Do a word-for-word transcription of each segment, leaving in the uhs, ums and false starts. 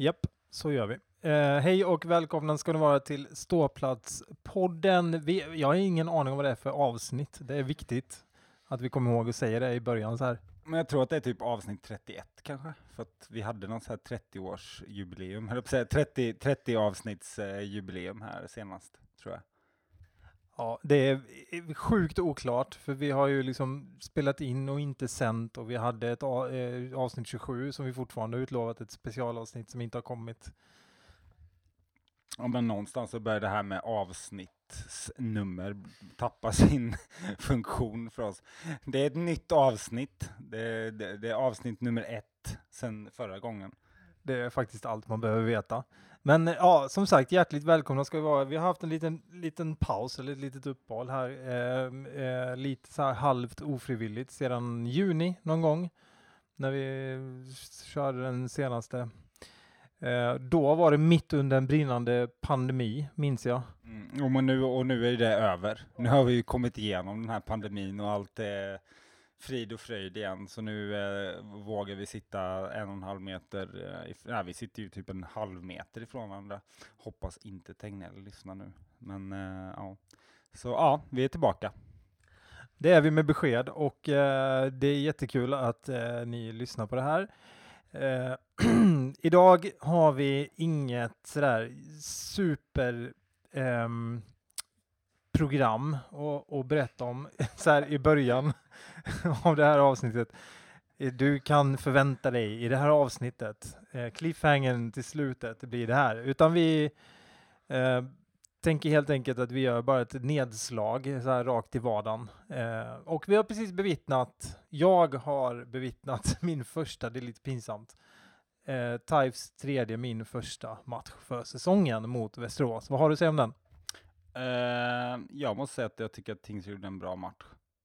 Japp, så gör vi. Eh, hej och välkomna ska ni vara till Ståplatspodden. Vi, jag har ingen aning om vad det är för avsnitt. Det är viktigt att vi kommer ihåg att säga det i början så här. Men jag tror att det är typ avsnitt trettioett kanske. För att vi hade någon så här trettio-årsjubileum. Eller säga trettio, trettio avsnitts eh, jubileum här senast, tror jag. Ja, det är sjukt oklart för vi har ju liksom spelat in och inte sänt och vi hade ett a- eh, avsnitt tjugosju som vi fortfarande har utlovat, ett specialavsnitt som inte har kommit. Ja, men någonstans så börjar det här med avsnittsnummer tappa sin funktion för oss. Det är ett nytt avsnitt. Det, det, det är avsnitt nummer ett sen förra gången. Det är faktiskt allt man behöver veta. Men ja, som sagt, hjärtligt välkomna ska vi vara. Vi har haft en liten, liten paus, eller ett litet uppehåll här. Eh, eh, lite så här halvt ofrivilligt sedan juni någon gång. När vi körde den senaste. Eh, då var det mitt under en brinnande pandemi, minns jag. Mm, och, men nu, och nu är det över. Nu har vi ju kommit igenom den här pandemin och allt är frid och fröjd igen. Så nu eh, vågar vi sitta en och en halv meter, eh, if- nej, vi sitter ju typ en halv meter ifrån varandra. Hoppas inte Tegnell lyssnar nu. Men eh, ja, så ja, vi är tillbaka. Det är vi med besked och eh, det är jättekul att eh, ni lyssnar på det här. Eh, idag har vi inget sådär super ehm, program att, att berätta om så här i början av det här avsnittet. Eh, Du kan förvänta dig i det här avsnittet, eh, cliffhangern till slutet, det blir det här. Utan vi eh, tänker helt enkelt att vi gör bara ett nedslag så här rakt i vardagen. Eh, och vi har precis bevittnat, jag har bevittnat min första, det är lite pinsamt, eh, Taifs tredje, min första match för säsongen mot Västerås. Vad har du att säga om den? Eh, jag måste säga att jag tycker att Tingsryd gjorde en bra match.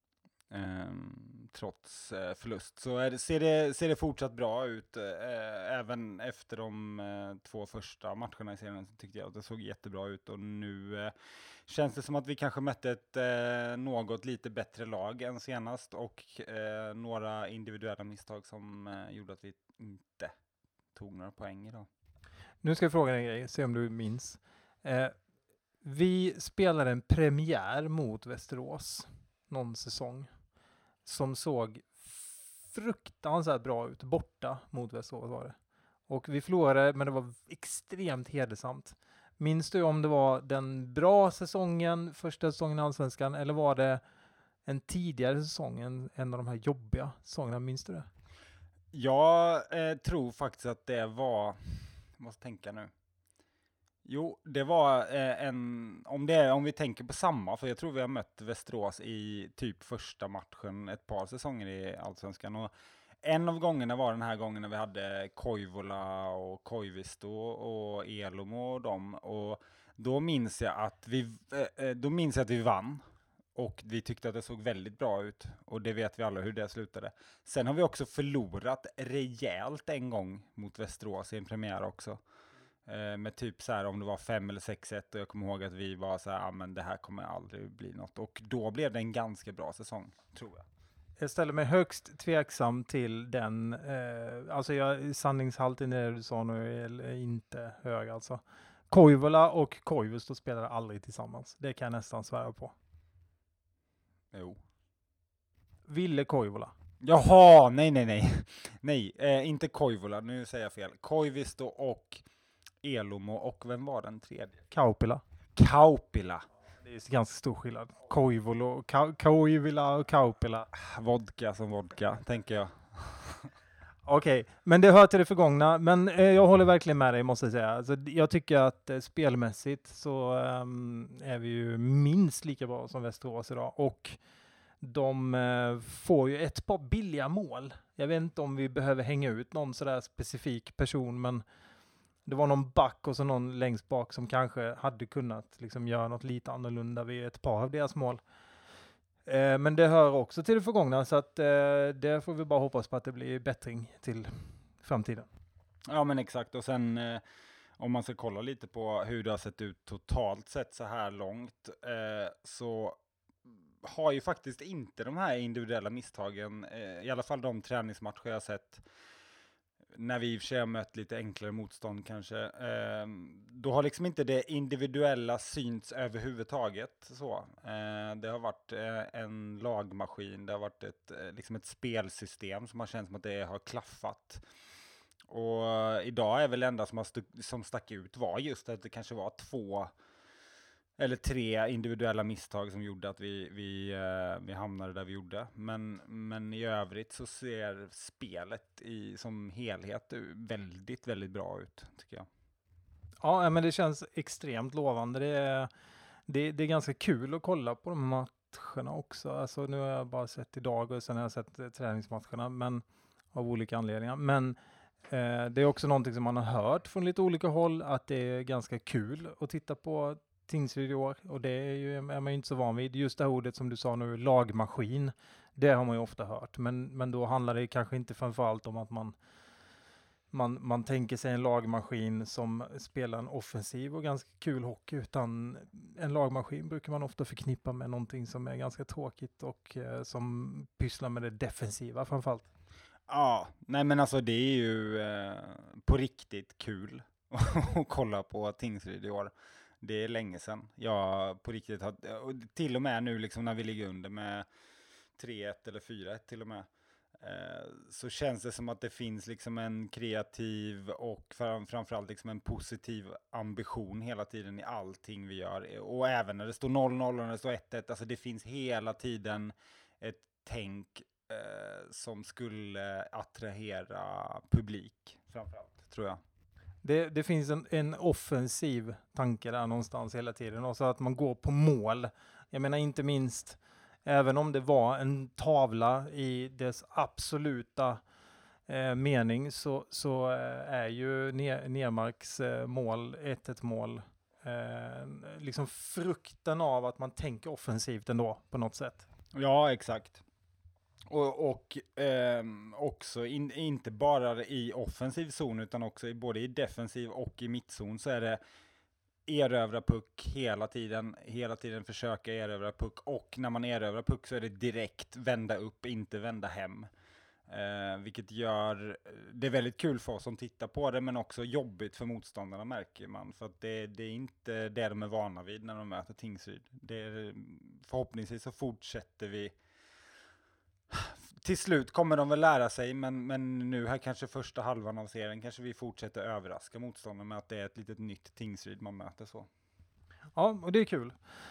Eh, trots eh, förlust. Så är det, ser, det, ser det fortsatt bra ut. Eh, även efter de eh, två första matcherna i serien så tyckte jag att det såg jättebra ut. Och nu eh, känns det som att vi kanske mötte ett eh, något lite bättre lag än senast. Och eh, några individuella misstag som eh, gjorde att vi inte tog några poäng idag. Nu ska jag fråga dig en grej, se om du minns. Eh, vi spelade en premiär mot Västerås någon säsong som såg fruktansvärt bra ut borta mot Västerås var det. Och vi förlorade, men det var extremt hedersamt. Minns du om det var den bra säsongen, första säsongen i Allsvenskan, eller var det en tidigare säsong, en, en av de här jobbiga säsongerna? Minns du det? Jag eh, tror faktiskt att det var, jag måste tänka nu. Jo, det var eh, en, om, det är, om vi tänker på samma, för jag tror vi har mött Västerås i typ första matchen ett par säsonger i Allsvenskan. Och en av gångerna var den här gången när vi hade Koivola och Koivisto och Elomo och dem. Och då minns jag att vi, eh, då minns jag att vi vann. Och vi tyckte att det såg väldigt bra ut. Och det vet vi alla hur det slutade. Sen har vi också förlorat rejält en gång mot Västerås i en premiär också. Eh, med typ så här om det var fem eller sex ett. Och jag kommer ihåg att vi var så här, ja men det här kommer aldrig bli något. Och då blev det en ganska bra säsong, tror jag. Jag ställer mig högst tveksam till den. Eh, alltså jag, sanningshalten i det du sa nu är inte hög alltså. Koivola och Koivisto spelade aldrig tillsammans. Det kan jag nästan svära på. Jo. Ville Koivola. Jaha, nej nej nej. Nej, eh, inte Koivola, nu säger jag fel. Koivisto och Elomo och vem var den tredje? Kaupila. Kaupila. Det är ganska stor skillnad. Koivolo, Ka- Koivila och Kaupila. Vodka som vodka, tänker jag. Okej, men det hör till det förgångna. Men eh, jag håller verkligen med dig, måste jag säga. Alltså, jag tycker att eh, spelmässigt så ehm, är vi ju minst lika bra som Västerås idag. Och de eh, får ju ett par billiga mål. Jag vet inte om vi behöver hänga ut någon sådär specifik person, men det var någon back och så någon längst bak som kanske hade kunnat liksom göra något lite annorlunda vid ett par av deras mål. Eh, men det hör också till det förgångna, så att eh, det får vi bara hoppas på att det blir bättring till framtiden. Ja men exakt, och sen eh, om man ska kolla lite på hur det har sett ut totalt sett så här långt eh, så har ju faktiskt inte de här individuella misstagen, eh, i alla fall de träningsmatcher jag har sett, när vi i och för sig har mött lite enklare motstånd kanske, eh, då har liksom inte det individuella synts överhuvudtaget. Så. Eh, det har varit eh, en lagmaskin, det har varit ett, eh, liksom ett spelsystem som har känts som att det har klaffat. Och uh, idag är väl det enda som, har stu- som stack ut var just att det kanske var två eller tre individuella misstag som gjorde att vi, vi, uh, vi hamnade där vi gjorde. Men, men i övrigt så ser spelet i, som helhet väldigt, väldigt bra ut, tycker jag. Ja, men det känns extremt lovande. Det är, det, det är ganska kul att kolla på de matcherna också. Alltså, nu har jag bara sett idag och sen har jag sett eh, träningsmatcherna, men av olika anledningar. Men eh, det är också någonting som man har hört från lite olika håll, att det är ganska kul att titta på Tingsryd i år. Och det är, ju, är man ju inte så van vid. Just det här ordet som du sa nu, lagmaskin, det har man ju ofta hört. Men, men då handlar det kanske inte framförallt om att man Man, man tänker sig en lagmaskin som spelar en offensiv och ganska kul hockey, utan en lagmaskin brukar man ofta förknippa med någonting som är ganska tråkigt och eh, som pysslar med det defensiva framförallt. Ja, nej men alltså det är ju eh, på riktigt kul att kolla på Tingsryd i år. Det är länge sedan. Jag på riktigt har, och till och med nu liksom när vi ligger under med tre ett eller fyra ett till och med, eh, så känns det som att det finns liksom en kreativ och fram, framförallt liksom en positiv ambition hela tiden i allting vi gör. Och även när det står noll noll och när det står ett ett, alltså det finns hela tiden ett tänk eh, som skulle attrahera publik framförallt, tror jag. Det, det finns en, en offensiv tanke där någonstans hela tiden. Och så att man går på mål. Jag menar inte minst, även om det var en tavla i dess absoluta eh, mening, så, så eh, är ju ner, Nermarks eh, mål, ett ett mål, eh, liksom frukten av att man tänker offensivt ändå på något sätt. Ja, exakt. Och, och ehm, också in, inte bara i offensiv zon utan också i, både i defensiv och i mittzon så är det erövra puck hela tiden, hela tiden försöka erövra puck, och när man erövrar puck så är det direkt vända upp, inte vända hem. Eh, vilket gör det väldigt kul för oss som tittar på det, men också jobbigt för motståndarna, märker man, för att det, det är inte det de är vana vid när de möter Tingsryd. Det är, förhoppningsvis så fortsätter vi. Till slut kommer de väl lära sig, men, men nu här kanske första halvan av serien kanske vi fortsätter överraska motståndarna med att det är ett litet nytt Tingsryd man möter så. Ja, och det är kul.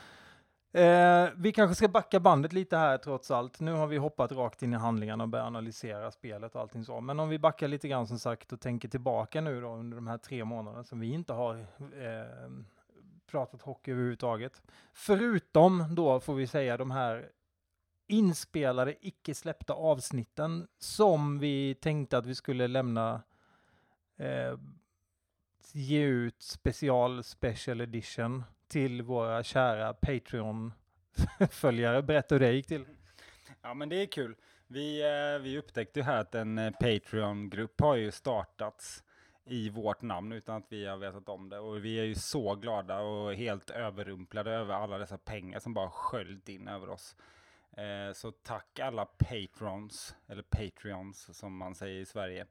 Eh, vi kanske ska backa bandet lite här trots allt. Nu har vi hoppat rakt in i handlingarna och börjat analysera spelet och allting så. Men om vi backar lite grann som sagt och tänker tillbaka nu då under de här tre månaderna som vi inte har eh, pratat hockey överhuvudtaget. Förutom då får vi säga de här inspelade, icke släppta avsnitten som vi tänkte att vi skulle lämna eh, ge ut special special edition till våra kära Patreon-följare. Berätta hur det gick till. Ja, men det är kul. Vi, eh, vi upptäckte ju här att en eh, Patreon-grupp har ju startats i vårt namn utan att vi har vetat om det. Och vi är ju så glada och helt överrumplade över alla dessa pengar som bara sköljt in över oss. Eh, så tack alla patrons, eller Patreons som man säger i Sverige.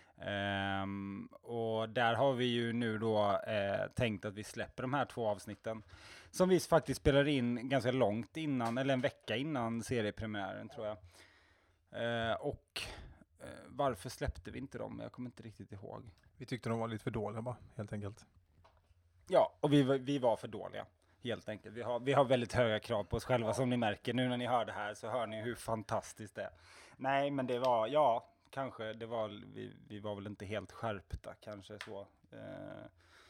Um, och där har vi ju nu då eh, tänkt att vi släpper de här två avsnitten som vi faktiskt spelar in ganska långt innan, eller en vecka innan seriepremiären tror jag. Uh, och uh, varför släppte vi inte dem? Jag kommer inte riktigt ihåg. Vi tyckte de var lite för dåliga bara, helt enkelt. Ja, och vi, vi var för dåliga. Helt enkelt. Vi har, vi har väldigt höga krav på oss själva, som ni märker. Nu när ni hör det här så hör ni hur fantastiskt det är. Nej, men det var, ja, kanske, det var, vi, vi var väl inte helt skärpta, kanske så. Eh,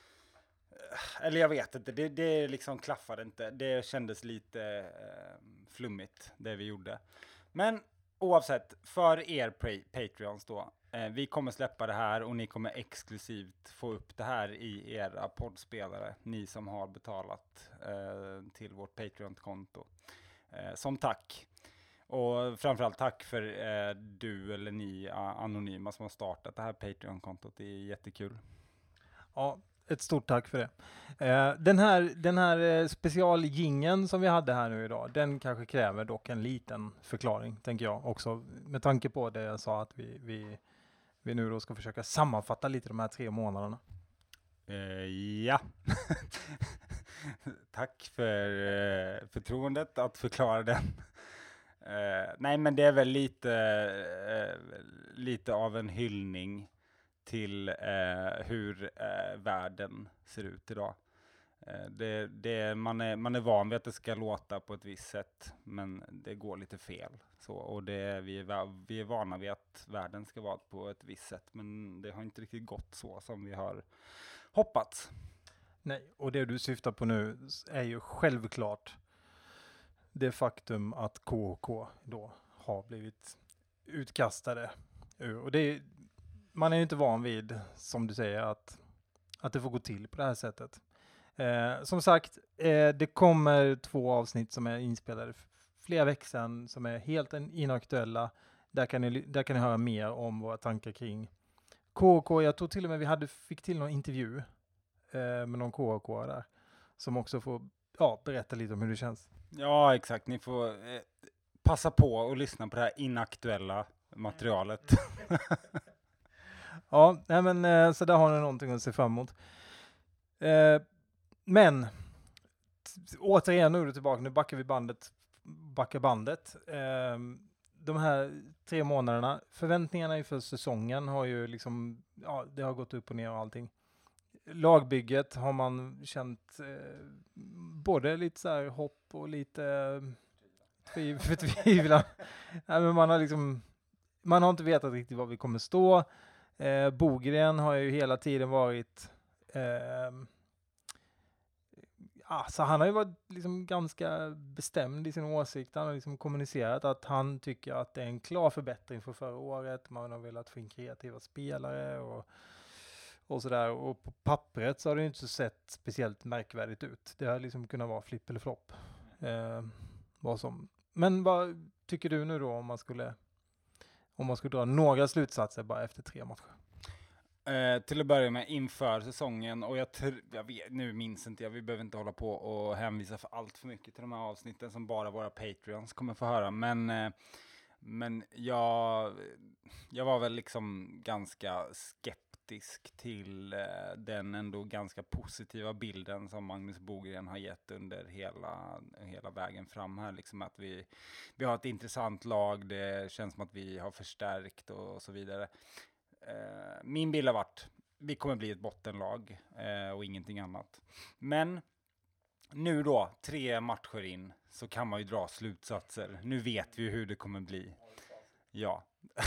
eller jag vet inte, det, det liksom klaffade inte. Det kändes lite eh, flummigt, det vi gjorde. Men oavsett, för er pre- Patreons då, eh, vi kommer släppa det här och ni kommer exklusivt få upp det här i era poddspelare, ni som har betalat eh, till vårt Patreon-konto. Eh, som tack. Och framförallt tack för eh, du eller ni uh, anonyma som har startat det här Patreon-kontot. Det är jättekul. Ja, ett stort tack för det. Eh, den här, den här eh, specialgingen som vi hade här nu idag, den kanske kräver dock en liten förklaring, tänker jag också. Med tanke på det jag sa att vi, vi, vi nu då ska försöka sammanfatta lite de här tre månaderna. Eh, ja. Tack för eh, förtroendet att förklara den. Eh, nej, men det är väl lite, eh, lite av en hyllning till eh, hur eh, världen ser ut idag. Eh, det, det, man, är, man är van vid att det ska låta på ett visst sätt, men det går lite fel. Så, och det, vi, är, vi är vana vid att världen ska vara på ett visst sätt, men det har inte riktigt gått så som vi har hoppats. Nej, och det du syftar på nu är ju självklart det faktum att K H K då har blivit utkastade. Och det är, man är ju inte van vid, som du säger, att, att det får gå till på det här sättet. Eh, som sagt, eh, det kommer två avsnitt som är inspelade f- flera veckor sedan som är helt inaktuella. Där kan ni, där kan ni höra mer om våra tankar kring K H K. Jag tror till och med vi hade, fick till någon intervju eh, med någon K H K där som också får ja, berätta lite om hur det känns. Ja, exakt. Ni får eh, passa på och lyssna på det här inaktuella materialet. Ja, nej men, eh, så där har ni någonting att se fram emot. Eh, men t- återigen nu är du tillbaka, nu backar vi bandet, backar bandet. Eh, de här tre månaderna, förväntningarna inför säsongen har ju liksom, ja det har gått upp och ner och allting. Lagbygget har man känt eh, både lite så här hopp och lite eh, förtvivlan. Nej, men man har liksom, man har inte vetat riktigt var vi kommer stå. Eh, Bogren har ju hela tiden varit eh, alltså han har ju varit liksom ganska bestämd i sin åsikt. Han har liksom kommunicerat att han tycker att det är en klar förbättring för förra året. Man har velat få in kreativa spelare och, och sådär. Och på pappret så har det ju inte sett speciellt märkvärdigt ut. Det har liksom kunnat vara flipp eller flopp. Eh, vad som. Men vad tycker du nu då om man skulle om man skulle dra några slutsatser bara efter tre matcher? Eh, till att börja med inför säsongen, och jag, tr- jag vet, nu minns inte jag, vi behöver inte hålla på och hänvisa för allt för mycket till de här avsnitten som bara våra Patreons kommer få höra, men, eh, men jag, jag var väl liksom ganska skeptisk till eh, den ändå ganska positiva bilden som Magnus Bogren har gett under hela, hela vägen fram här, liksom att vi, vi har ett intressant lag, det känns som att vi har förstärkt och, och så vidare. Uh, min bild har varit, vi kommer bli ett bottenlag uh, och ingenting annat. Men nu då, tre matcher in, så kan man ju dra slutsatser. Nu vet vi hur det kommer bli. Ja.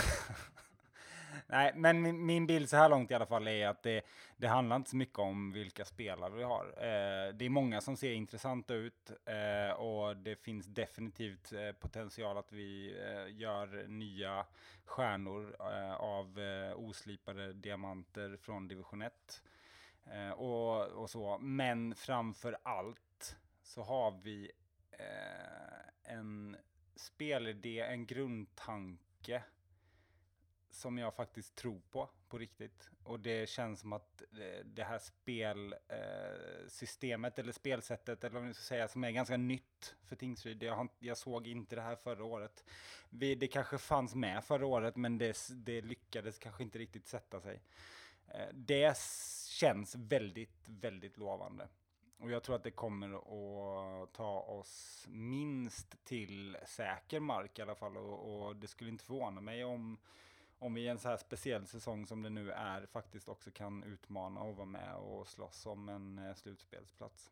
Nej, men min, min bild så här långt i alla fall är att det, det handlar inte så mycket om vilka spelare vi har. Eh, det är många som ser intressanta ut eh, och det finns definitivt eh, potential att vi eh, gör nya stjärnor eh, av eh, oslipade diamanter från division ett eh, och, och så. Men framför allt så har vi eh, en spelidé, en grundtanke som jag faktiskt tror på, på riktigt. Och det känns som att det, det här spelsystemet eh, eller spelsättet, eller vad man ska säga, som är ganska nytt för Tingsryd. Jag, jag såg inte det här förra året. Vi, det kanske fanns med förra året, men det, det lyckades kanske inte riktigt sätta sig. Eh, det känns väldigt, väldigt lovande. Och jag tror att det kommer att ta oss minst till säker mark i alla fall. Och, och det skulle inte förvåna mig om Om vi i en så här speciell säsong som det nu är faktiskt också kan utmana och vara med och slåss om en eh, slutspelsplats.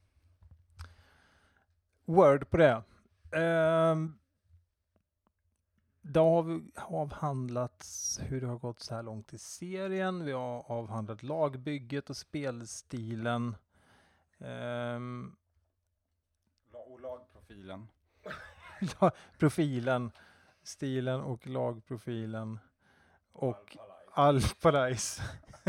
Word på det. Um, då har vi avhandlat hur det har gått så här långt i serien. Vi har avhandlat lagbygget och spelstilen. Um, Och lagprofilen. profilen, stilen och lagprofilen. Och Alpalais.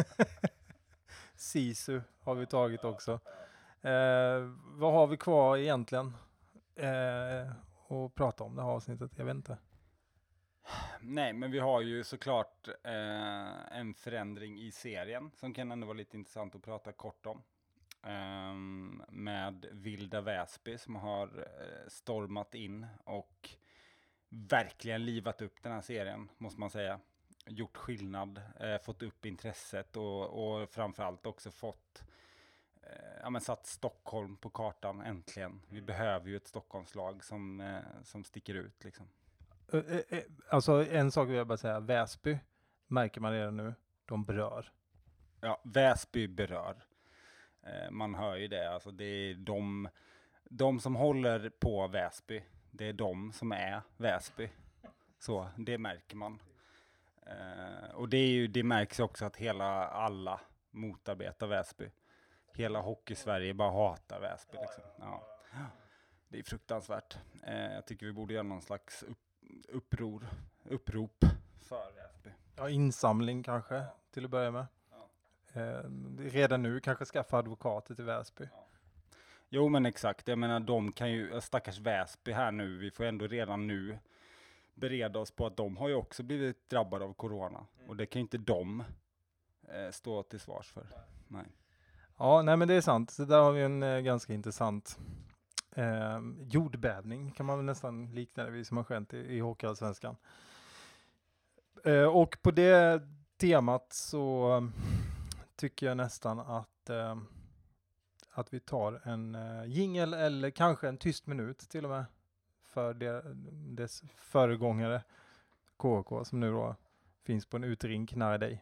Sisu har vi tagit också. Eh, vad har vi kvar egentligen eh, att prata om det här avsnittet? Jag vet inte. Nej, men vi har ju såklart eh, en förändring i serien som kan ändå vara lite intressant att prata kort om. Um, med Vilda Väsby som har uh, stormat in och verkligen livat upp den här serien, måste man säga. gjort skillnad, eh, fått upp intresset och, och framförallt också fått eh, ja, men satt Stockholm på kartan äntligen. Vi behöver ju ett Stockholmslag som, eh, som sticker ut liksom. Eh, eh, Alltså en sak vill jag bara säga, Väsby märker man redan nu, de berör. Ja, Väsby berör. Eh, man hör ju det, alltså det är de, de som håller på Väsby, det är de som är Väsby. Så, det märker man. Eh, och det, är ju, det märks också att hela, alla motarbetar Väsby. Hela hockey-Sverige bara hatar Väsby. Liksom. Ja. Det är fruktansvärt. Eh, jag tycker vi borde göra någon slags upp, uppror, upprop för Väsby. Ja, insamling kanske till att börja med. Ja. Eh, redan nu kanske skaffa advokater till Väsby. Ja. Jo men exakt, jag menar de kan ju, stackars Väsby här nu, vi får ändå redan nu bereda oss på att de har ju också blivit drabbade av corona. Mm. Och det kan ju inte de eh, stå till svars för. Nej. Ja, nej men det är sant. Så där har vi en eh, ganska intressant eh, jordbävning kan man väl nästan likna det vid som har skett i, i Hockeyallsvenskan. Eh, och på det temat så um, tycker jag nästan att, eh, att vi tar en eh, jingle eller kanske en tyst minut till och med för det, dess föregångare K K som nu då finns på en utrink nära dig.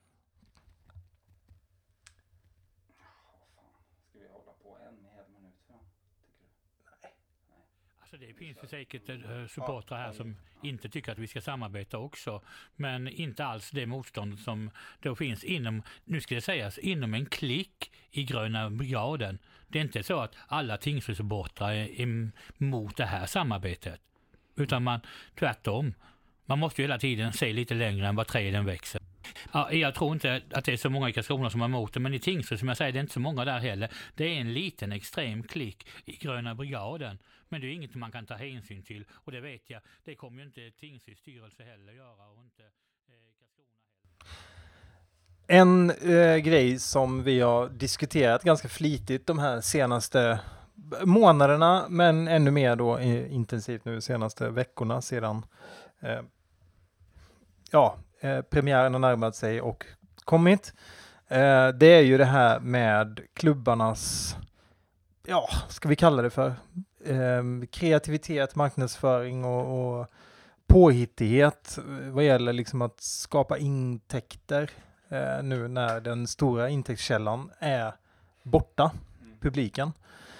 Ska vi hålla på en hel minut för dem, tycker du? Nej. Nej. Alltså det finns ju säkert uh, supportrar här som inte tycker att vi ska samarbeta också, men inte alls det motstånd som då finns inom, nu ska det sägas, inom en klick i Gröna brigaden. Det är inte så att alla Tingsryd-supportrar är emot det här samarbetet, utan man tvärtom. Man måste ju hela tiden se lite längre än vad träden växer. Ja, jag tror inte att det är så många i Karlskrona som är emot det, men i Tingsryd, som jag säger, det är inte så många där heller. Det är en liten extrem klick i Gröna brigaden, men det är inget man kan ta hänsyn till, och det vet jag. Det kommer ju inte Tingsryds styrelse heller göra, och inte eh, Karlskrona heller. En eh, grej som vi har diskuterat ganska flitigt de här senaste månaderna, men ännu mer då eh, intensivt nu senaste veckorna sedan eh, ja, eh, premiären har närmat sig och kommit. Eh, det är ju det här med klubbarnas, ja, ska vi kalla det för eh, kreativitet, marknadsföring och, och påhittighet vad gäller liksom att skapa intäkter eh, nu när den stora intäktskällan är borta, publiken.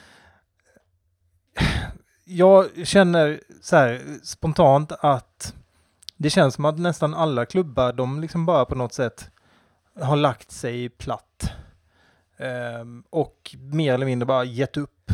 Jag känner så här spontant att det känns som att nästan alla klubbar, de liksom bara på något sätt har lagt sig platt eh, och mer eller mindre bara gett upp.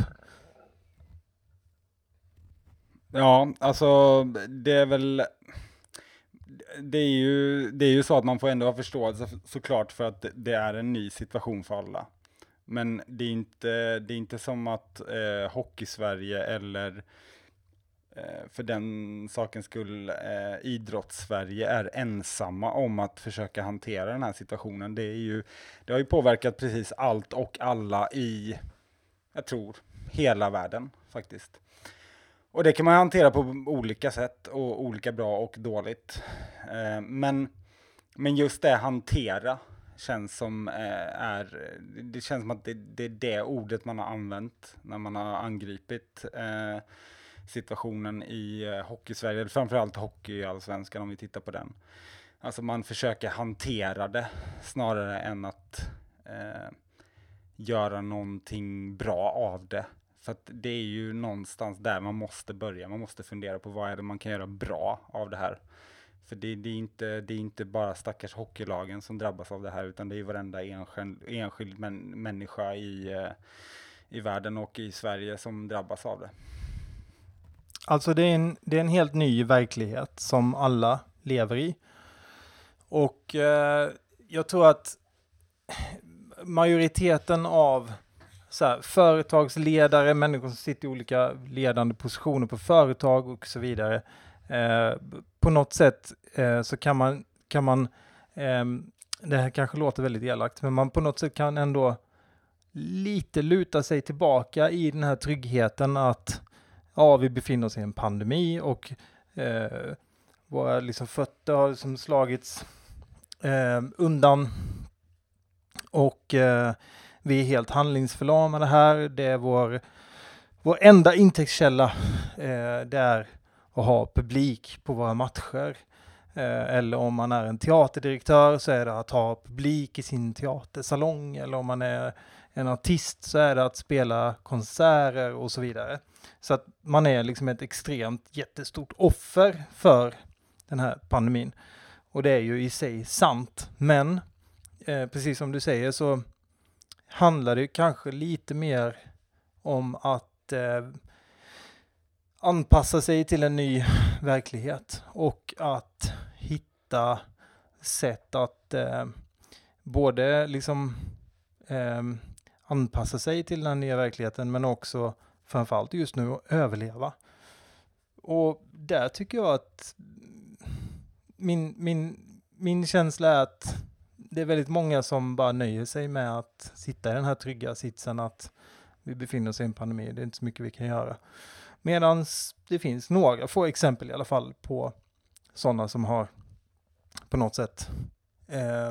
Ja, alltså det är väl, det är ju, det är ju så att man får ändå ha förståelse såklart för att det är en ny situation för alla. Men det är inte, det är inte som att eh, Hockey-Sverige eller eh, för den sakens skull eh, Idrotts-Sverige är ensamma om att försöka hantera den här situationen. Det är ju, det har ju påverkat precis allt och alla i, jag tror, hela världen faktiskt. Och det kan man hantera på olika sätt och olika bra och dåligt. Eh, men, men just det hantera känns som eh, är, det känns som att det, det är det ordet man har använt när man har angripit eh, situationen i eh, Hockey-Sverige, framförallt Hockeyallsvenskan om vi tittar på den. Alltså man försöker hantera det snarare än att eh, göra någonting bra av det. För att det är ju någonstans där man måste börja. Man måste fundera på vad är det man kan göra bra av det här. För det, det, är, inte, det är inte bara stackars hockeylagen som drabbas av det här, utan det är varenda enskild, enskild män, människa i, i världen och i Sverige som drabbas av det. Alltså det är en, det är en helt ny verklighet som alla lever i. Och eh, jag tror att majoriteten av så här, företagsledare, människor som sitter i olika ledande positioner på företag och så vidare. Eh, på något sätt eh, så kan man, kan man eh, det här kanske låter väldigt elakt, men man på något sätt kan ändå lite luta sig tillbaka i den här tryggheten att ja, vi befinner oss i en pandemi och eh, våra liksom fötter har liksom slagits eh, undan och eh, vi är helt handlingsförlamade här. Det är vår, vår enda intäktskälla. Eh, det är att ha publik på våra matcher. Eh, eller om man är en teaterdirektör så är det att ha publik i sin teatersalong. Eller om man är en artist så är det att spela konserter och så vidare. Så att man är liksom ett extremt jättestort offer för den här pandemin. Och det är ju i sig sant. Men eh, precis som du säger så handlar det kanske lite mer om att eh, anpassa sig till en ny verklighet och att hitta sätt att eh, både liksom eh, anpassa sig till den nya verkligheten men också framförallt just nu att överleva. Och där tycker jag att min, min, min känsla är att det är väldigt många som bara nöjer sig med att sitta i den här trygga sitsen att vi befinner oss i en pandemi. Det är inte så mycket vi kan göra. Medan det finns några få exempel i alla fall på sådana som har på något sätt eh,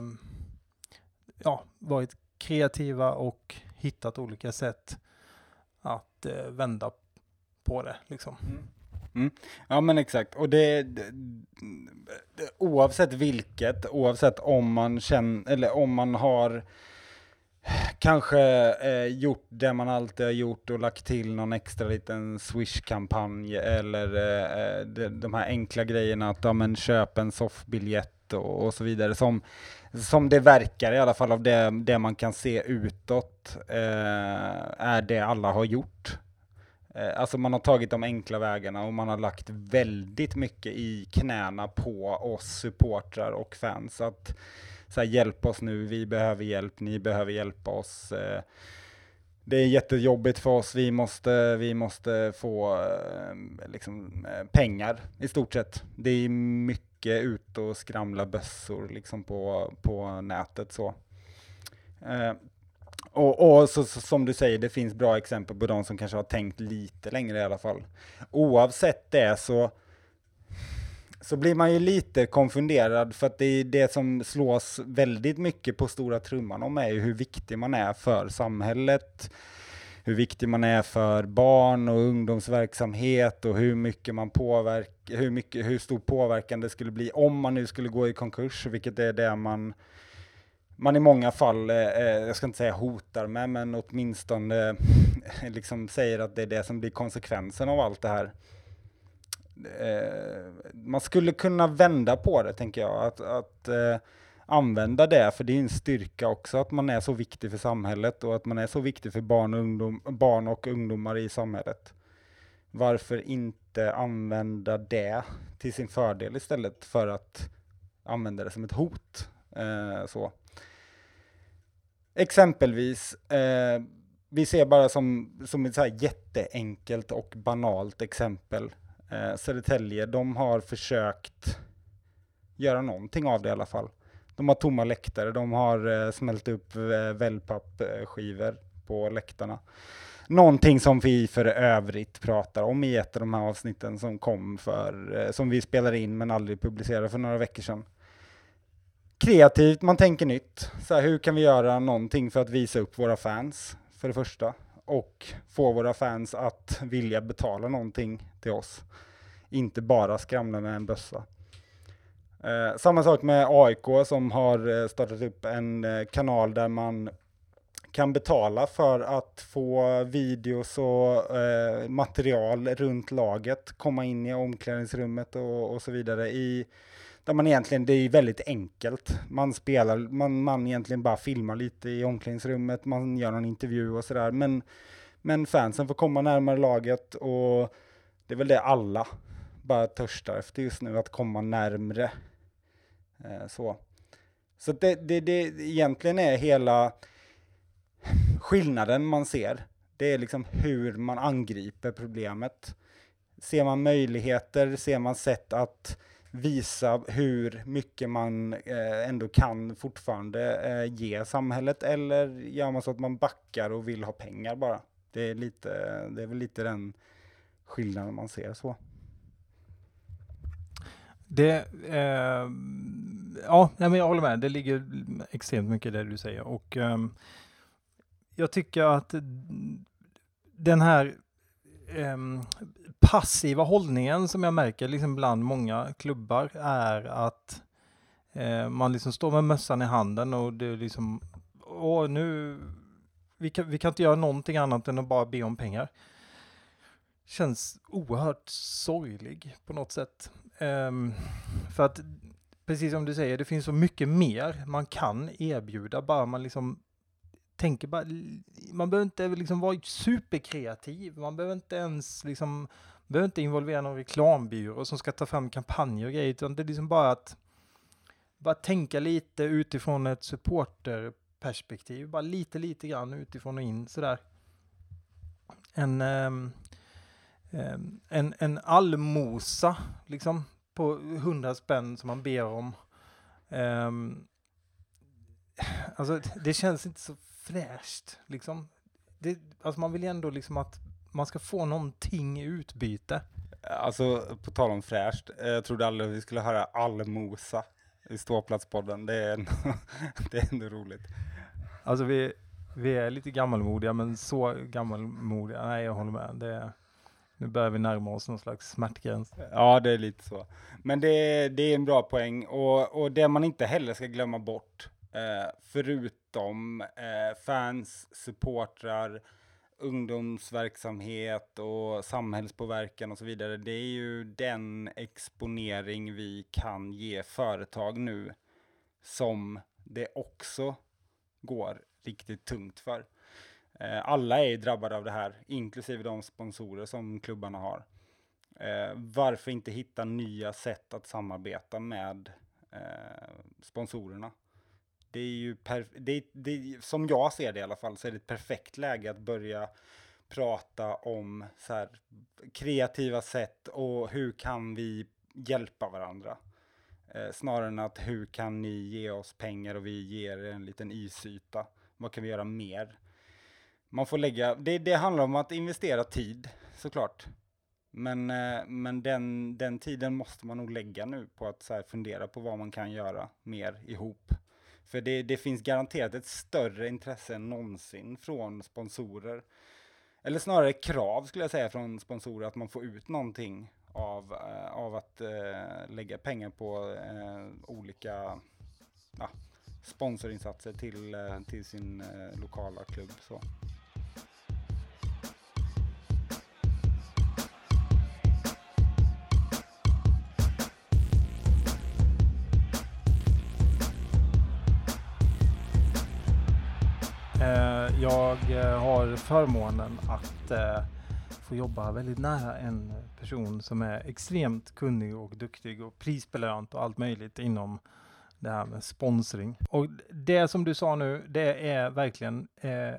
ja, varit kreativa och hittat olika sätt att eh, vända på det. Liksom. Mm. Mm. Ja men exakt, och det, det, det oavsett vilket, oavsett om man känner, eller om man har kanske eh, gjort det man alltid har gjort och lagt till någon extra liten Swish-kampanj eller eh, de, de här enkla grejerna att ja, men köp en soffbiljett och, och så vidare som, som det verkar i alla fall av det, det man kan se utåt eh, är det alla har gjort. Alltså man har tagit de enkla vägarna och man har lagt väldigt mycket i knäna på oss supportrar och fans. Att så här, hjälp oss nu, vi behöver hjälp, ni behöver hjälpa oss. Det är jättejobbigt för oss, vi måste, vi måste få liksom, pengar i stort sett. Det är mycket ut och skramla bössor liksom, på, på nätet så. Och, och så, så, som du säger, det finns bra exempel på de som kanske har tänkt lite längre i alla fall. Oavsett det så, så blir man ju lite konfunderad för att det är det som slås väldigt mycket på stora trumman om är ju hur viktig man är för samhället, hur viktig man är för barn och ungdomsverksamhet och hur mycket man påverkar, hur mycket, hur stor påverkan det skulle bli om man nu skulle gå i konkurs, vilket är det man Man i många fall, eh, jag ska inte säga hotar med, men åtminstone eh, liksom säger att det är det som blir konsekvensen av allt det här. Eh, man skulle kunna vända på det, tänker jag. Att, att eh, använda det, för det är en styrka också att man är så viktig för samhället och att man är så viktig för barn och, ungdom, barn och ungdomar i samhället. Varför inte använda det till sin fördel istället för att använda det som ett hot? Eh, så. Exempelvis, eh, vi ser bara som, som ett så här jätteenkelt och banalt exempel. Eh, Södertälje, de har försökt göra någonting av det i alla fall. De har tomma läktare, de har eh, smält upp eh, wellpappskivor på läktarna. Någonting som vi för övrigt pratar om i ett av de här avsnitten som kom för, eh, som vi spelade in men aldrig publicerade för några veckor sedan. Kreativt, man tänker nytt. Så här, hur kan vi göra någonting för att visa upp våra fans, för det första. Och få våra fans att vilja betala någonting till oss. Inte bara skramla med en bössa. Eh, samma sak med A I K som har startat upp en eh, kanal där man kan betala för att få videos och eh, material runt laget. Komma in i omklädningsrummet och, och så vidare i där man egentligen, det är väldigt enkelt. Man spelar, man, man egentligen bara filmar lite i omklädningsrummet, man gör någon intervju och sådär. Men, men fansen får komma närmare laget och det är väl det alla bara törstar efter just nu, att komma närmre. Eh, så så det, det, det egentligen är hela skillnaden man ser. Det är liksom hur man angriper problemet. Ser man möjligheter, ser man sätt att visa hur mycket man eh, ändå kan fortfarande eh, ge samhället, eller gör man så att man backar och vill ha pengar bara. Det är, lite, det är väl lite den skillnaden man ser så. Det, eh, ja, nej, men jag håller med. Det ligger extremt mycket i det du säger. Och eh, jag tycker att den här eh, passiva hållningen som jag märker liksom bland många klubbar är att eh, man liksom står med mössan i handen och det är liksom, åh, nu, vi kan, vi kan inte göra någonting annat än att bara be om pengar. Känns oerhört sorglig på något sätt. Um, för att, precis som du säger, det finns så mycket mer man kan erbjuda. Bara man liksom tänker bara, man behöver inte liksom vara superkreativ. Man behöver inte ens liksom, behöver inte involvera någon reklambyrå som ska ta fram kampanjer och grejer. Utan det är liksom bara att bara tänka lite utifrån ett supporterperspektiv. Bara lite, lite grann utifrån och in sådär. En... Um, En, en allmosa liksom på hundra spänn som man ber om. Um, alltså det känns inte så fräscht liksom. Det, alltså man vill ju ändå liksom att man ska få någonting i utbyte. Alltså på tal om fräscht, jag trodde aldrig vi skulle höra allmosa i Ståplatspodden. Det är ändå, det är ändå roligt. Alltså vi, vi är lite gammalmodiga, men så gammalmodiga, nej jag håller med. Det är Nu börjar vi närma oss någon slags smärtgräns. Ja, det är lite så. Men det, det är en bra poäng. Och, och det man inte heller ska glömma bort, eh, förutom eh, fans, supportrar, ungdomsverksamhet och samhällspåverkan och så vidare, det är ju den exponering vi kan ge företag nu som det också går riktigt tungt för. Alla är drabbade av det här, inklusive de sponsorer som klubbarna har. Eh, varför inte hitta nya sätt att samarbeta med eh, sponsorerna? Det är ju, perf- det, det, som jag ser det i alla fall, så är det ett perfekt läge att börja prata om så här, kreativa sätt och hur kan vi hjälpa varandra. Eh, snarare än att hur kan ni ge oss pengar och vi ger er en liten isyta. Vad kan vi göra mer? Man får lägga, det, det handlar om att investera tid, såklart. Men, eh, men den, den tiden måste man nog lägga nu på att så här, fundera på vad man kan göra mer ihop. För det, det finns garanterat ett större intresse än någonsin från sponsorer. Eller snarare krav skulle jag säga från sponsorer att man får ut någonting av, eh, av att eh, lägga pengar på eh, olika ja, sponsorinsatser till, eh, till sin eh, lokala klubb. Så. Jag har förmånen att eh, få jobba väldigt nära en person som är extremt kunnig och duktig och prisbelönt och allt möjligt inom det här med sponsring. Och det som du sa nu, det är verkligen eh,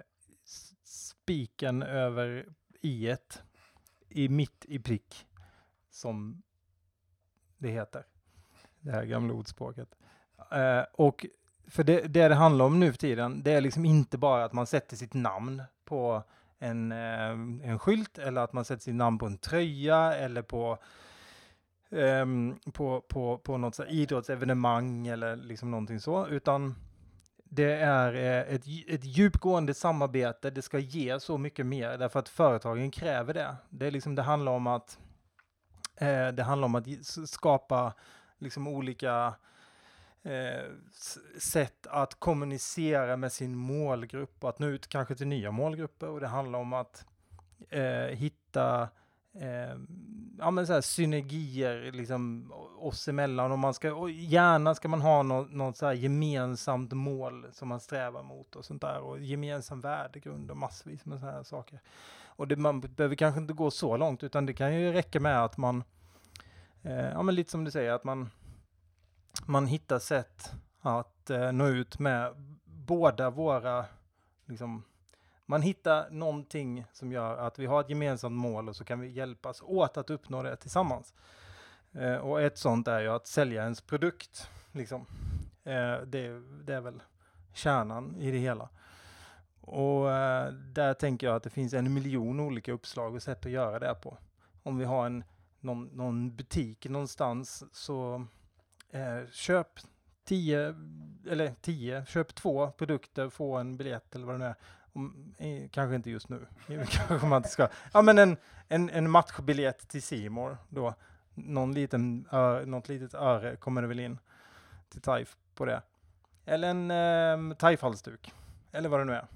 spiken över i ett i mitt i prick som det heter. Det här gamla ordspråket. Eh, och För det, det det handlar om nu för tiden, det är liksom inte bara att man sätter sitt namn på en, eh, en skylt eller att man sätter sitt namn på en tröja eller på, eh, på, på, på något så här idrottsevenemang eller liksom någonting så, utan det är eh, ett, ett djupgående samarbete. Det ska ge så mycket mer därför att företagen kräver det. Det, är liksom, det handlar om att eh, det handlar om att skapa liksom olika Eh, sätt att kommunicera med sin målgrupp och att nå ut kanske till nya målgrupper, och det handlar om att eh, hitta eh, ja, men så här synergier liksom oss emellan, och man ska, och gärna ska man ha något, något så här gemensamt mål som man strävar mot och sånt där, och gemensam värdegrund och massvis med sådana här saker. Och det, man behöver kanske inte gå så långt, utan det kan ju räcka med att man eh, ja men lite som du säger, att man man hittar sätt att eh, nå ut med båda våra, liksom, man hittar någonting som gör att vi har ett gemensamt mål och så kan vi hjälpas åt att uppnå det tillsammans. Eh, och ett sånt är ju att sälja ens produkt. Liksom. Eh, det, det är väl kärnan i det hela. Och eh, där tänker jag att det finns en miljon olika uppslag och sätt att göra det på. Om vi har en någon, någon butik någonstans, så eh, köp tio, eller tio, köp två produkter, få en biljett eller vad det nu är. Om, eh, kanske inte just nu, kanske man inte ska. Ja, men en, en, en matchbiljett till C More då. Någon liten, ö, något litet öre kommer det väl in till Taif på det. Eller en eh, Taif-halsduk. Eller vad det nu är.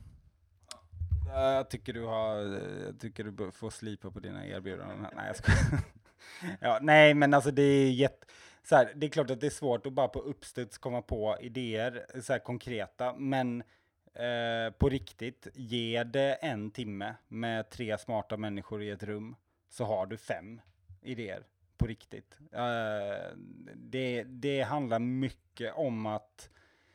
Jag tycker du har, jag tycker du bör få slipa på dina erbjudanden. Nej, jag ska. Ja, nej, men alltså det är jätte, så här, det är klart att det är svårt att bara på uppstuds komma på idéer, så här konkreta, men eh, på riktigt, ge det en timme med tre smarta människor i ett rum, så har du fem idéer på riktigt. Eh, det, det handlar mycket om att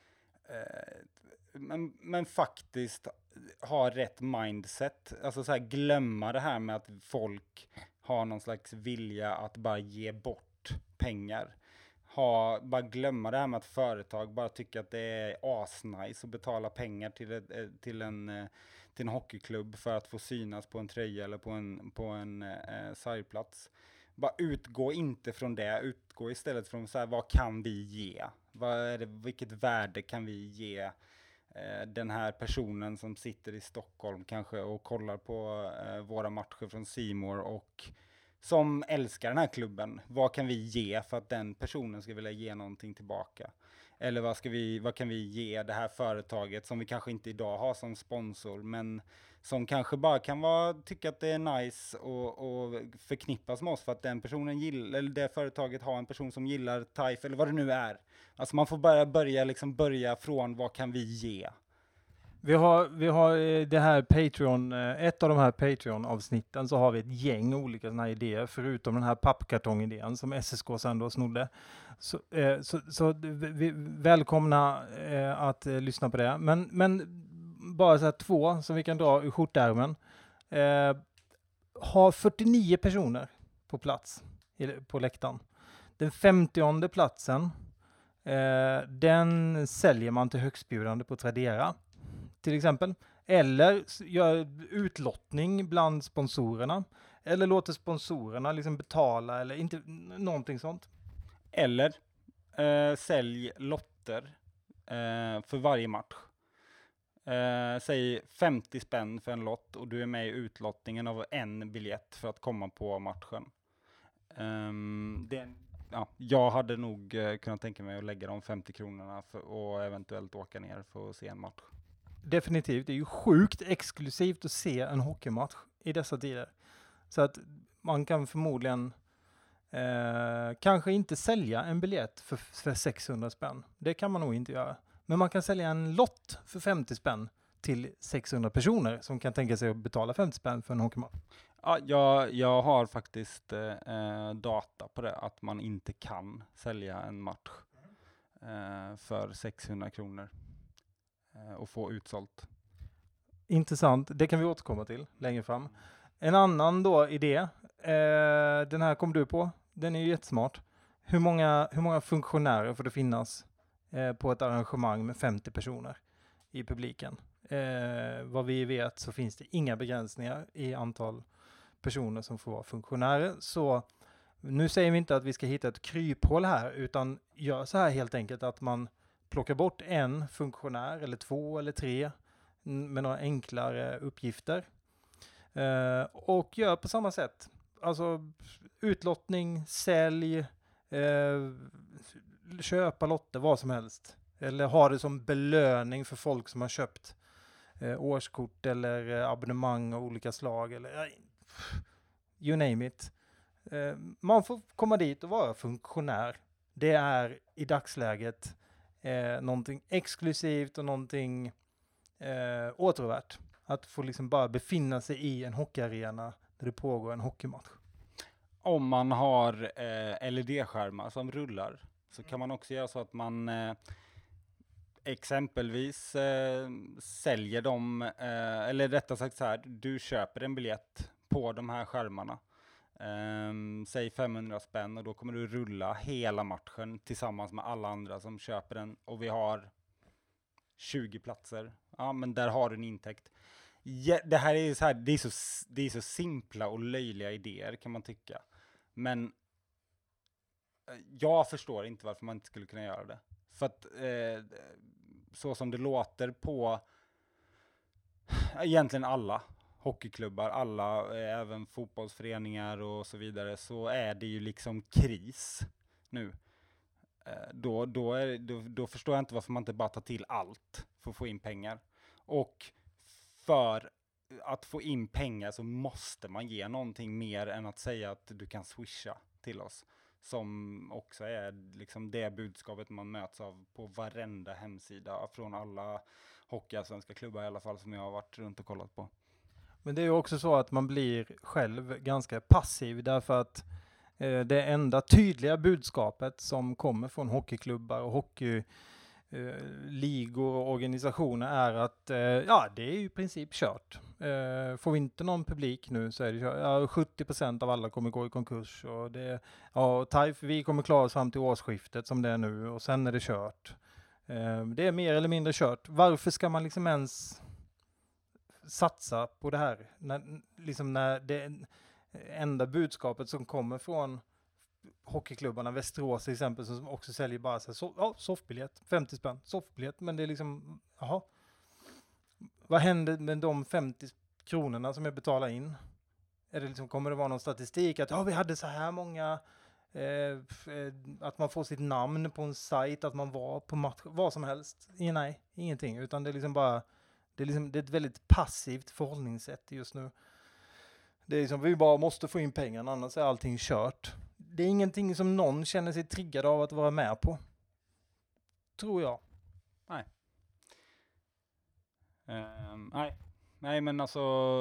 eh, men, men faktiskt ha rätt mindset. Alltså så här, glömma det här med att folk har någon slags vilja att bara ge bort pengar. Ha, bara glömma det här med att företag bara tycker att det är asnice att betala pengar till, ett, till, en, till en hockeyklubb för att få synas på en tröja eller på en, på en eh, sargplats. Bara utgå inte från det, utgå istället från så här, vad kan vi ge? Vad är det, vilket värde kan vi ge den här personen som sitter i Stockholm kanske och kollar på eh, våra matcher från C More och som älskar den här klubben. Vad kan vi ge för att den personen ska vilja ge någonting tillbaka? Eller vad, ska vi, vad kan vi ge det här företaget som vi kanske inte idag har som sponsor, men som kanske bara kan vara, tycka att det är nice och, och förknippas med oss för att den personen gillar, eller det företaget har en person som gillar Taif eller vad det nu är. Alltså man får bara börja, liksom börja från vad kan vi ge? Vi har, vi har det här Patreon, ett av de här Patreon-avsnitten, så har vi ett gäng olika såna här idéer, förutom den här pappkartong-idén som S S K sen då snodde. Så, eh, så, så vi, välkomna eh, att eh, lyssna på det. Men, men bara så här två som vi kan dra ur skjortärmen. Eh, har fyrtionio personer på plats i, på läktaren. Den femtionde platsen, eh, den säljer man till högstbjudande på Tradera till exempel. Eller gör utlottning bland sponsorerna. Eller låter sponsorerna liksom betala eller inte, någonting sånt. Eller eh, sälj lotter eh, för varje match. Eh, säg femtio spänn för en lott och du är med i utlottningen av en biljett för att komma på matchen. Um, det, ja, jag hade nog uh, kunnat tänka mig att lägga de femtio kronorna för, och eventuellt åka ner för att se en match. Definitivt, det är ju sjukt exklusivt att se en hockeymatch i dessa tider. Så att man kan förmodligen eh, kanske inte sälja en biljett för, för sexhundra spänn. Det kan man nog inte göra. Men man kan sälja en lott för femtio spänn till sexhundra personer som kan tänka sig att betala femtio spänn för en hockeymatch. Ja, jag, jag har faktiskt eh, data på det, att man inte kan sälja en match eh, för sexhundra kronor eh, och få utsålt. Intressant, det kan vi återkomma till längre fram. En annan då idé, eh, den här kom du på, den är ju jättesmart. Hur många, hur många funktionärer får det finnas eh, på ett arrangemang med femtio personer i publiken? Eh, vad vi vet så finns det inga begränsningar i antal personer som får vara funktionärer. Så nu säger vi inte att vi ska hitta ett kryphål här, utan gör så här helt enkelt att man plockar bort en funktionär eller två eller tre med några enklare uppgifter. Eh, och gör på samma sätt. Alltså utlottning, sälj, eh, köpa lotter, vad som helst. Eller ha det som belöning för folk som har köpt eh, årskort eller eh, abonnemang av olika slag. Eller, you name it. Eh, man får komma dit och vara funktionär. Det är i dagsläget eh, någonting exklusivt och någonting eh, återvärt. Att få liksom bara befinna sig i en hockeyarena där det pågår en hockeymatch. Om man har eh, L E D-skärmar som rullar så kan man också göra så att man eh, exempelvis eh, säljer dem, eh, eller rättare sagt så här, du köper en biljett på de här skärmarna. Um, säg femhundra spänn och då kommer du rulla hela matchen tillsammans med alla andra som köper den, och vi har tjugo platser. Ja, men där har du en intäkt. Ja, det här är så här, det är så, det är så simpla och löjliga idéer kan man tycka. Men jag förstår inte varför man inte skulle kunna göra det. För att eh, så som det låter på egentligen alla hockeyklubbar, alla, eh, även fotbollsföreningar och så vidare, så är det ju liksom kris nu. Eh, då, då, är, då, då förstår jag inte varför man inte bara tar till allt för att få in pengar. Och för att få in pengar så måste man ge någonting mer än att säga att du kan swisha till oss. Som också är liksom det budskapet man möts av på varenda hemsida från alla hockeyallsvenska klubbar i alla fall som jag har varit runt och kollat på. Men det är ju också så att man blir själv ganska passiv därför att eh, det enda tydliga budskapet som kommer från hockeyklubbar och hockeyligor och organisationer är att eh, ja, det är ju i princip kört. Eh, får vi inte någon publik nu så är det kört. Ja, sjuttio procent av alla kommer gå i konkurs och det, ja, Taif, vi kommer klara oss fram till årsskiftet som det är nu och sen är det kört. Eh, det är mer eller mindre kört. Varför ska man liksom ens satsa på det här när, liksom när det enda budskapet som kommer från hockeyklubbarna, Västerås till exempel, som också säljer bara så, så ja, soffbiljett, femtio spänn, soffbiljett, men det är liksom, jaha, vad händer med de femtio kronorna som jag betalar in? Är det liksom, kommer det vara någon statistik att ja, vi hade så här många, eh, att man får sitt namn på en sajt, att man var på match, vad som helst? Nej, ingenting, utan det är liksom bara Det är, liksom, det är ett väldigt passivt förhållningssätt just nu. Det är liksom, vi bara måste få in pengarna, annars är allting kört. Det är ingenting som någon känner sig triggad av att vara med på. Tror jag. Nej. Um, nej. Nej, men alltså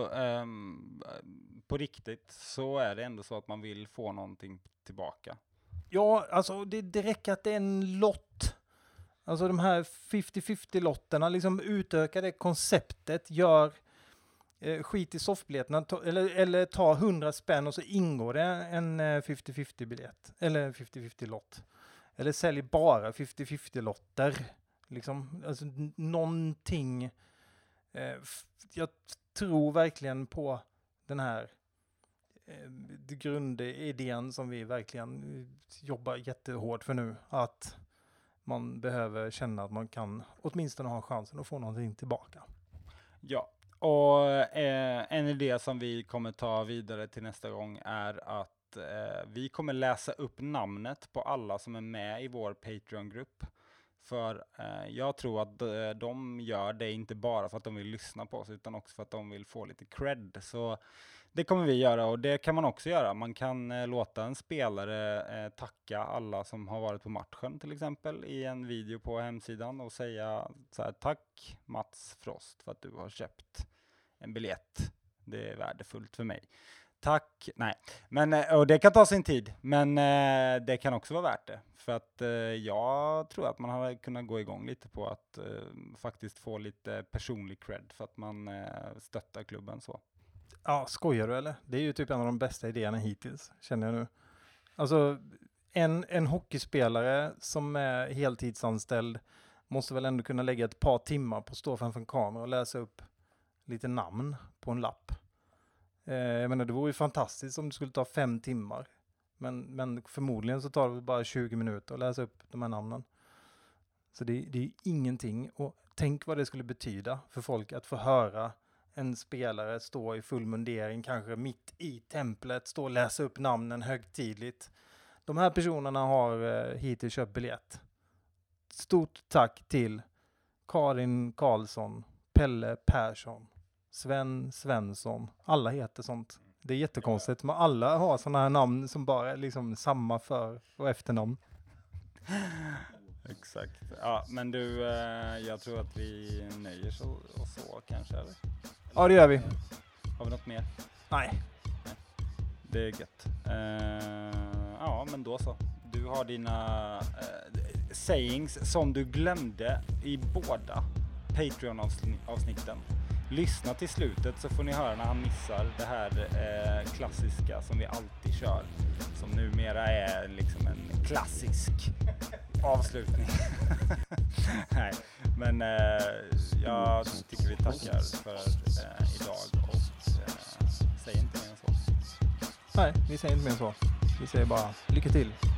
um, på riktigt så är det ändå så att man vill få någonting tillbaka. Ja, alltså det, det räcker att det är en lott. Alltså de här femtio femtio-lotterna, liksom utöka det konceptet, gör eh, skit i soffbiljetterna, ta, eller, eller ta hundra spänn och så ingår det en eh, femtio femtio-biljett, eller femtio femtio-lott. Eller sälj bara femtio femtio-lotter. Liksom, alltså n- någonting. Eh, f- jag tror verkligen på den här eh, grundidén som vi verkligen eh, jobbar jättehårt för nu, att man behöver känna att man kan åtminstone ha chansen att få någonting tillbaka. Ja, och eh, en idé som vi kommer ta vidare till nästa gång är att eh, vi kommer läsa upp namnet på alla som är med i vår Patreon-grupp. För eh, jag tror att eh, de gör det inte bara för att de vill lyssna på oss utan också för att de vill få lite cred. Så det kommer vi göra och det kan man också göra. Man kan eh, låta en spelare eh, tacka alla som har varit på matchen till exempel i en video på hemsidan och säga så här: tack Mats Frost för att du har köpt en biljett. Det är värdefullt för mig. Tack. Nej, men eh, och det kan ta sin tid, men eh, det kan också vara värt det. För att eh, jag tror att man hade kunnat gå igång lite på att eh, faktiskt få lite personlig cred för att man eh, stöttar klubben så. Ja, skojar du eller? Det är ju typ en av de bästa idéerna hittills, känner jag nu. Alltså, en, en hockeyspelare som är heltidsanställd måste väl ändå kunna lägga ett par timmar på att stå framför en kamera och läsa upp lite namn på en lapp. Eh, jag menar, det vore ju fantastiskt om det skulle ta fem timmar. Men, men förmodligen så tar det bara tjugo minuter att läsa upp de här namnen. Så det, det är ju ingenting. Och tänk vad det skulle betyda för folk att få höra en spelare stå i full mundering, kanske mitt i templet, stå och läsa upp namnen högtidligt. De här personerna har eh, hittills köpt biljett. Stort tack till Karin Karlsson, Pelle Persson, Sven Svensson. Alla heter sånt. Det är jättekonstigt, men alla har sådana här namn som bara är liksom samma för- och efternamn. Exakt. Ja, men du, eh, jag tror att vi nöjer så, och så kanske, eller? Ja, det gör vi. Har vi något mer? Nej. Det är gött. Eh, ja, men då så. Du har dina eh, sayings som du glömde i båda Patreon-avsnitten. Lyssna till slutet så får ni höra när han missar det här eh, klassiska som vi alltid kör. Som numera är liksom en klassisk avslutning. Nej, men eh, jag tycker vi tackar för eh, idag och eh, säger inte mer än så. Nej, vi säger inte mer än så. vi säger bara lycka till.